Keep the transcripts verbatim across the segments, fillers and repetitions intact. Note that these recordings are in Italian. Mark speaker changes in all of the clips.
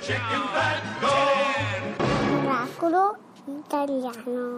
Speaker 1: chicken fat, go!
Speaker 2: Miracolo italiano.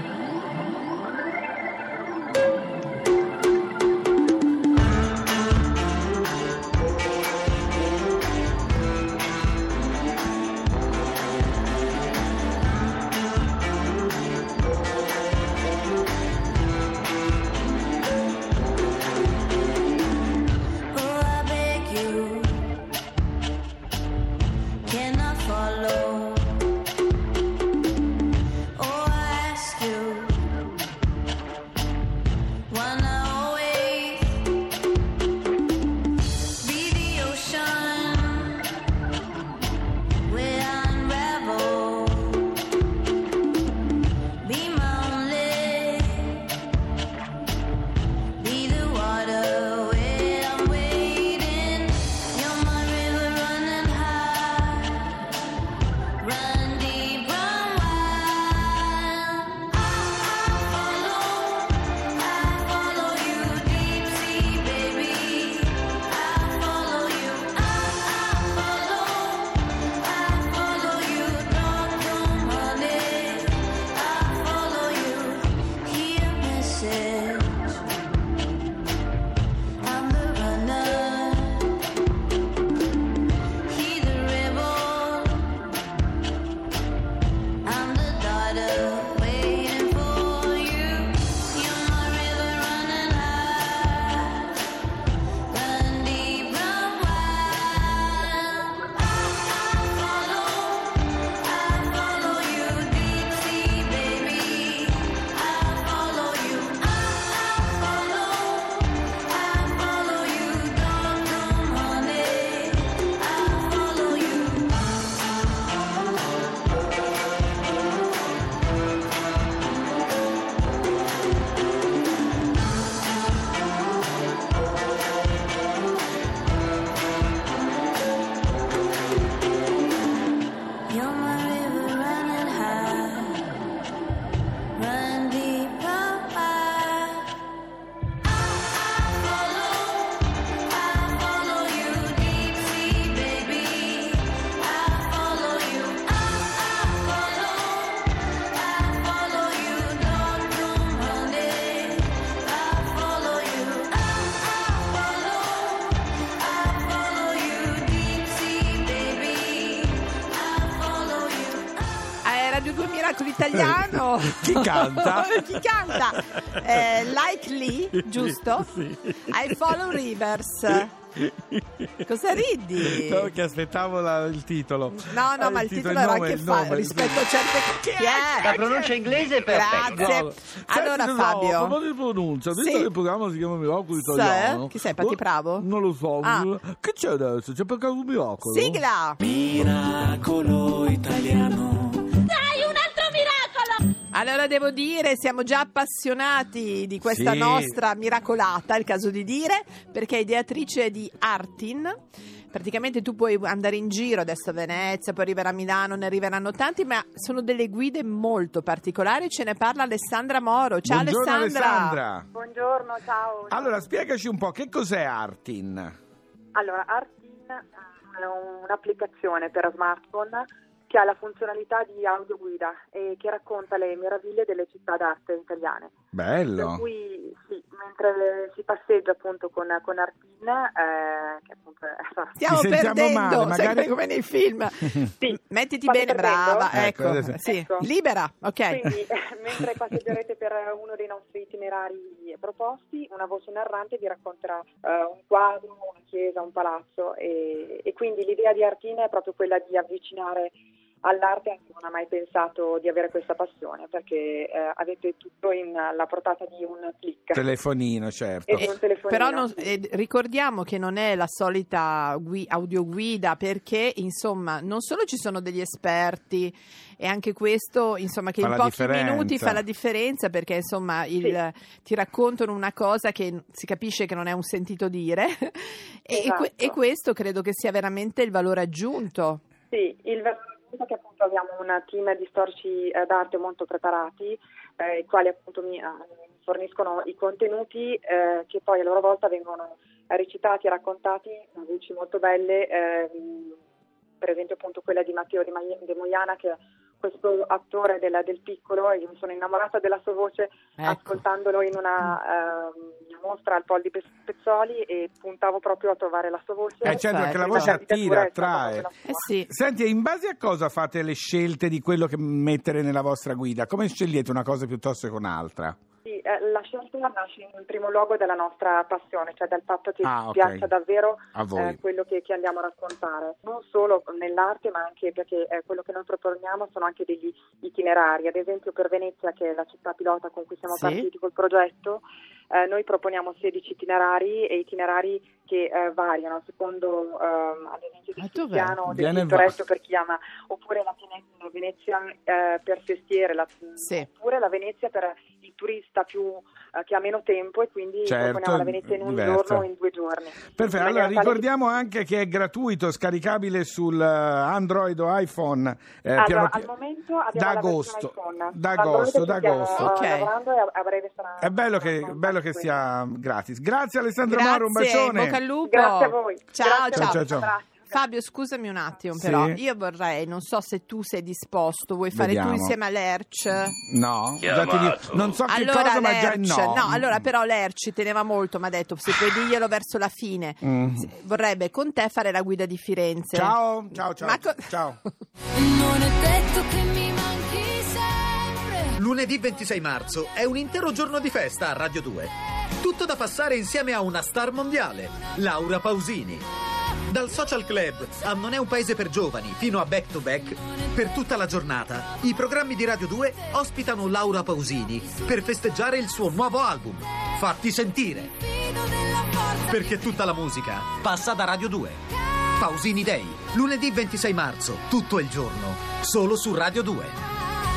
Speaker 3: Miracolo italiano.
Speaker 4: Chi canta?
Speaker 3: Chi canta? Eh, Like Lee, giusto?
Speaker 4: Sì.
Speaker 3: I Follow Rivers. Cosa ridi?
Speaker 4: No, che aspettavo la, il titolo.
Speaker 3: No, no,
Speaker 4: Ah,
Speaker 3: ma il titolo,
Speaker 4: il
Speaker 3: era
Speaker 4: nome,
Speaker 3: anche
Speaker 4: il
Speaker 3: fa
Speaker 4: nome,
Speaker 3: rispetto a certe
Speaker 4: Chi è?
Speaker 3: Chi è?
Speaker 5: La pronuncia inglese è perfetta.
Speaker 3: Grazie.
Speaker 4: No,
Speaker 3: Allora,
Speaker 4: senti,
Speaker 3: Fabio.
Speaker 4: no, a proposito di pronuncia, visto
Speaker 3: Sì.
Speaker 4: che il programma si chiama Miracolo
Speaker 3: Sì?
Speaker 4: Italiano.
Speaker 3: Chi sei, Patti
Speaker 4: oh,
Speaker 3: Bravo?
Speaker 4: Non lo so.
Speaker 3: Ah.
Speaker 4: Che c'è adesso? C'è per caso un miracolo?
Speaker 3: Sigla!
Speaker 1: Miracolo italiano.
Speaker 3: Allora devo dire, siamo già appassionati di questa
Speaker 4: Sì.
Speaker 3: nostra miracolata, è il caso di dire, perché è ideatrice di Artin. Praticamente tu puoi andare in giro adesso a Venezia, poi arriverà a Milano, ne arriveranno tanti, ma sono delle guide molto particolari. Ce ne parla Alessandra Moro. Ciao
Speaker 4: Buongiorno,
Speaker 3: Alessandra.
Speaker 4: Alessandra.
Speaker 6: Buongiorno, ciao.
Speaker 4: Allora, spiegaci un po' che cos'è Artin.
Speaker 6: Allora, Artin è un'applicazione per smartphone che ha la funzionalità di audioguida e che racconta le meraviglie delle città d'arte italiane.
Speaker 4: Bello.
Speaker 6: Per cui, sì, mentre si passeggia appunto con, con Artin, eh, che appunto è...
Speaker 3: Stiamo
Speaker 4: Ti sentiamo
Speaker 3: perdendo,
Speaker 4: male, magari-
Speaker 3: sempre come nei film.
Speaker 6: Sì,
Speaker 3: Mettiti
Speaker 6: state
Speaker 3: bene,
Speaker 6: perdendo?
Speaker 3: brava.
Speaker 4: Ecco,
Speaker 3: Ecco,
Speaker 4: adesso-
Speaker 3: sì.
Speaker 6: Ecco.
Speaker 3: Libera, ok.
Speaker 6: Quindi, eh, mentre passeggerete per uno dei nostri itinerari proposti, una voce narrante vi racconterà eh, un quadro, una chiesa, un palazzo e, e quindi l'idea di Artin è proprio quella di avvicinare all'arte anche non ha mai pensato di avere questa passione perché eh, avete tutto in alla portata di un click.
Speaker 4: Telefonino, certo.
Speaker 6: E di un telefonino.
Speaker 3: Però non- eh, ricordiamo che non è la solita gui- audioguida, perché insomma non solo ci sono degli esperti e anche questo insomma che
Speaker 4: Fa
Speaker 3: in
Speaker 4: la
Speaker 3: pochi
Speaker 4: differenza.
Speaker 3: minuti fa la differenza, perché insomma il- ti raccontano una cosa che si capisce che non è un sentito dire e, e que-
Speaker 6: Esatto.
Speaker 3: e questo credo che sia veramente il valore aggiunto.
Speaker 6: Sì, il valore è che appunto abbiamo un team di storici eh, d'arte molto preparati, eh, i quali appunto mi eh, forniscono i contenuti eh, che poi a loro volta vengono recitati e raccontati da voci molto belle. ehm, per esempio appunto quella di Matteo De Moiana, che è questo attore del, del Piccolo, e io mi sono innamorata della sua voce
Speaker 3: ecco.
Speaker 6: ascoltandolo in una uh, mostra al Pol di Pezzoli, e puntavo proprio a trovare la sua voce.
Speaker 4: Eh certo, perché la voce attira, attrae.
Speaker 3: Eh sì.
Speaker 4: Senti, in base a cosa fate le scelte di quello che mettere nella vostra guida? Come scegliete una cosa piuttosto che un'altra?
Speaker 6: Sì, eh, la scelta nasce in primo luogo dalla nostra passione, cioè dal fatto che
Speaker 4: ah,
Speaker 6: ci
Speaker 4: okay.
Speaker 6: piaccia davvero
Speaker 4: a voi.
Speaker 6: Eh, quello che, che andiamo a raccontare, non solo nell'arte ma anche perché eh, quello che noi proponiamo sono anche degli itinerari. Ad esempio per Venezia, che è la città pilota con cui siamo
Speaker 3: sì.
Speaker 6: partiti col progetto, eh, noi proponiamo sedici itinerari, e itinerari che eh, variano secondo eh, ad esempio del cristiano, del pittoresco per chi ama, oppure la Venezia eh, per festiere, la,
Speaker 3: sì.
Speaker 6: oppure la Venezia per il turista più eh, che ha meno tempo, e quindi
Speaker 4: certo,
Speaker 6: proponiamo la Venezia in un
Speaker 4: diversa.
Speaker 6: giorno o in due giorni.
Speaker 4: Perfetto, allora ricordiamo che... anche che è gratuito, scaricabile sul Android o iPhone eh,
Speaker 6: allora,
Speaker 4: piano...
Speaker 6: al momento abbiamo
Speaker 4: da
Speaker 6: la
Speaker 4: agosto,
Speaker 6: iPhone.
Speaker 4: da agosto, da
Speaker 6: stiamo,
Speaker 4: agosto.
Speaker 3: Okay.
Speaker 6: lavorando, e a, a breve sarà.
Speaker 4: È bello che, bello che sia gratis. Grazie Alessandro
Speaker 3: Grazie,
Speaker 4: Moro, un bacione.
Speaker 3: bocca al lupo.
Speaker 6: Grazie a voi.
Speaker 3: Ciao,
Speaker 6: Grazie
Speaker 3: ciao.
Speaker 4: ciao, ciao.
Speaker 6: Grazie.
Speaker 3: Fabio, scusami un attimo,
Speaker 4: Sì.
Speaker 3: però io vorrei, non so se tu sei disposto, vuoi fare
Speaker 4: Vediamo.
Speaker 3: tu insieme a Lerch?
Speaker 4: No, già ti dico, non so che
Speaker 3: allora,
Speaker 4: cosa, ma già
Speaker 3: Lerch,
Speaker 4: no.
Speaker 3: no, allora però Lerch ci teneva molto, mi ha detto se puoi dirglielo verso la fine.
Speaker 4: Mm.
Speaker 3: Vorrebbe con te fare la guida di Firenze.
Speaker 4: Ciao, ciao, ciao.
Speaker 3: Ma co-
Speaker 4: ciao.
Speaker 7: Non è detto che mi manchi sempre.
Speaker 8: Lunedì ventisei marzo è un intero giorno di festa a Radio due. Tutto da passare insieme a una star mondiale, Laura Pausini. Dal Social Club a Non è un paese per giovani fino a Back to Back, per tutta la giornata i programmi di Radio due ospitano Laura Pausini per festeggiare il suo nuovo album, Fatti sentire. Perché tutta la musica passa da Radio due. Pausini Day, lunedì ventisei marzo, tutto il giorno, solo su Radio due.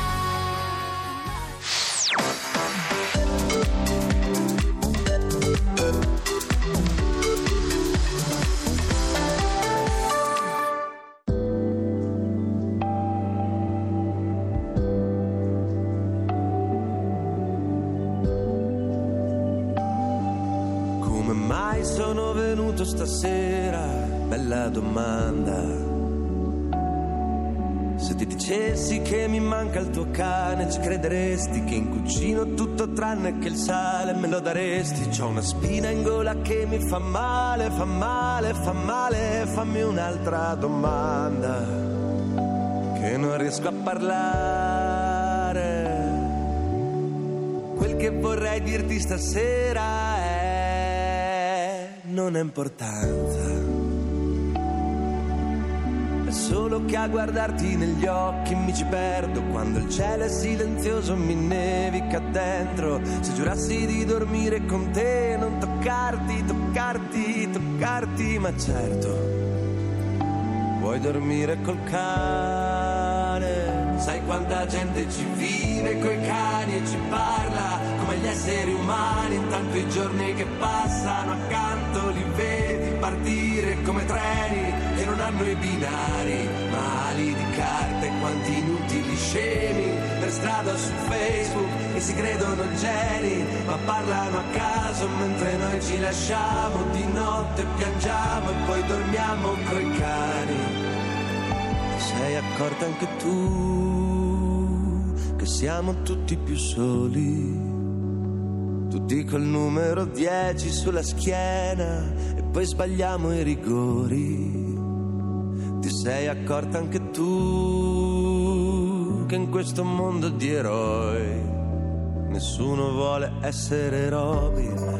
Speaker 9: Sono venuto stasera, bella domanda. Se ti dicessi che mi manca il tuo cane, ci crederesti che in cucina ho tutto tranne che il sale, me lo daresti. C'ho una spina in gola che mi fa male, fa male, fa male. Fammi un'altra domanda, che non riesco a parlare. Quel che vorrei dirti stasera è non ha importanza, è solo che a guardarti negli occhi mi ci perdo. Quando il cielo è silenzioso mi nevica dentro. Se giurassi di dormire con te, non toccarti, toccarti, toccarti, ma certo vuoi dormire col cane. Sai quanta gente ci vive coi cani e ci parla come gli esseri umani. Intanto i giorni che passano accanto li vedi partire come treni che non hanno i binari, ma ali di carta. E quanti inutili scemi per strada su Facebook e si credono geni, ma parlano a caso mentre noi ci lasciamo. Di notte piangiamo e poi dormiamo coi cani. Ti sei accorta anche tu che siamo tutti più soli, tutti col numero dieci sulla schiena, e poi sbagliamo i rigori. Ti sei accorta anche tu che in questo mondo di eroi nessuno vuole essere Robin.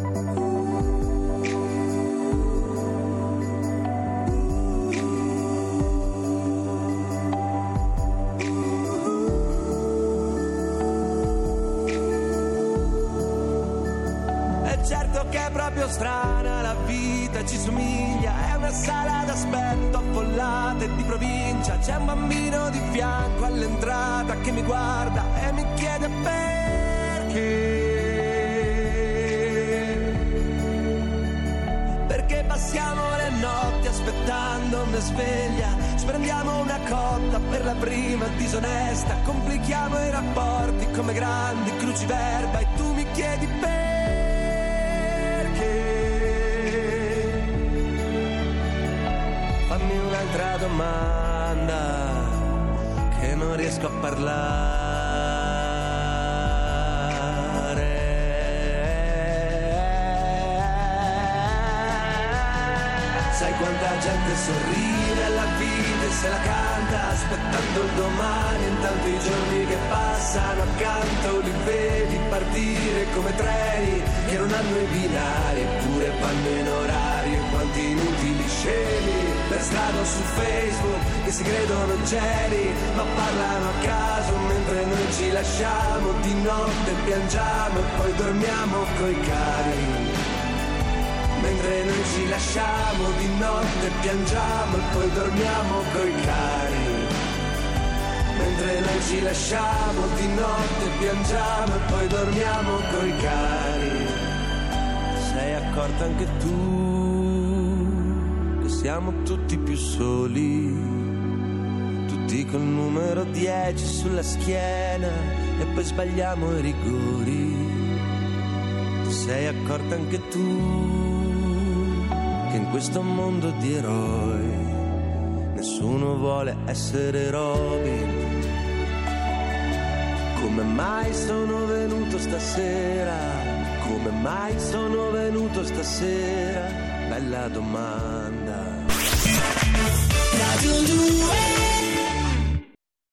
Speaker 9: Certo che è proprio strana la vita, ci somiglia, è una sala d'aspetto affollata e di provincia. C'è un bambino di fianco all'entrata che mi guarda e mi chiede perché. Perché passiamo le notti aspettando una sveglia, ci prendiamo una cotta per la prima disonesta, complichiamo i rapporti come grandi cruciverba e tu mi chiedi perché. Fammi un'altra un'altra domanda che non riesco a parlare. Sai quanta gente sorride alla vita e se la canta aspettando il domani, intanto i giorni che passano accanto li vedi partire come treni che non hanno i binari eppure vanno in orario. E quanti inutili scemi per strada o su Facebook che si credono geni ma parlano a caso mentre noi ci lasciamo di notte, piangiamo e poi dormiamo coi cari. Mentre noi ci lasciamo di notte, piangiamo e poi dormiamo coi cari. Mentre noi ci lasciamo di notte, piangiamo e poi dormiamo coi cari. Sei accorta anche tu che siamo tutti più soli, tutti col numero dieci sulla schiena e poi sbagliamo i rigori. Ti sei accorta anche tu che in questo mondo di eroi nessuno vuole essere Robin. Come mai sono venuto stasera? Come mai sono venuto stasera? Bella domanda. Radio due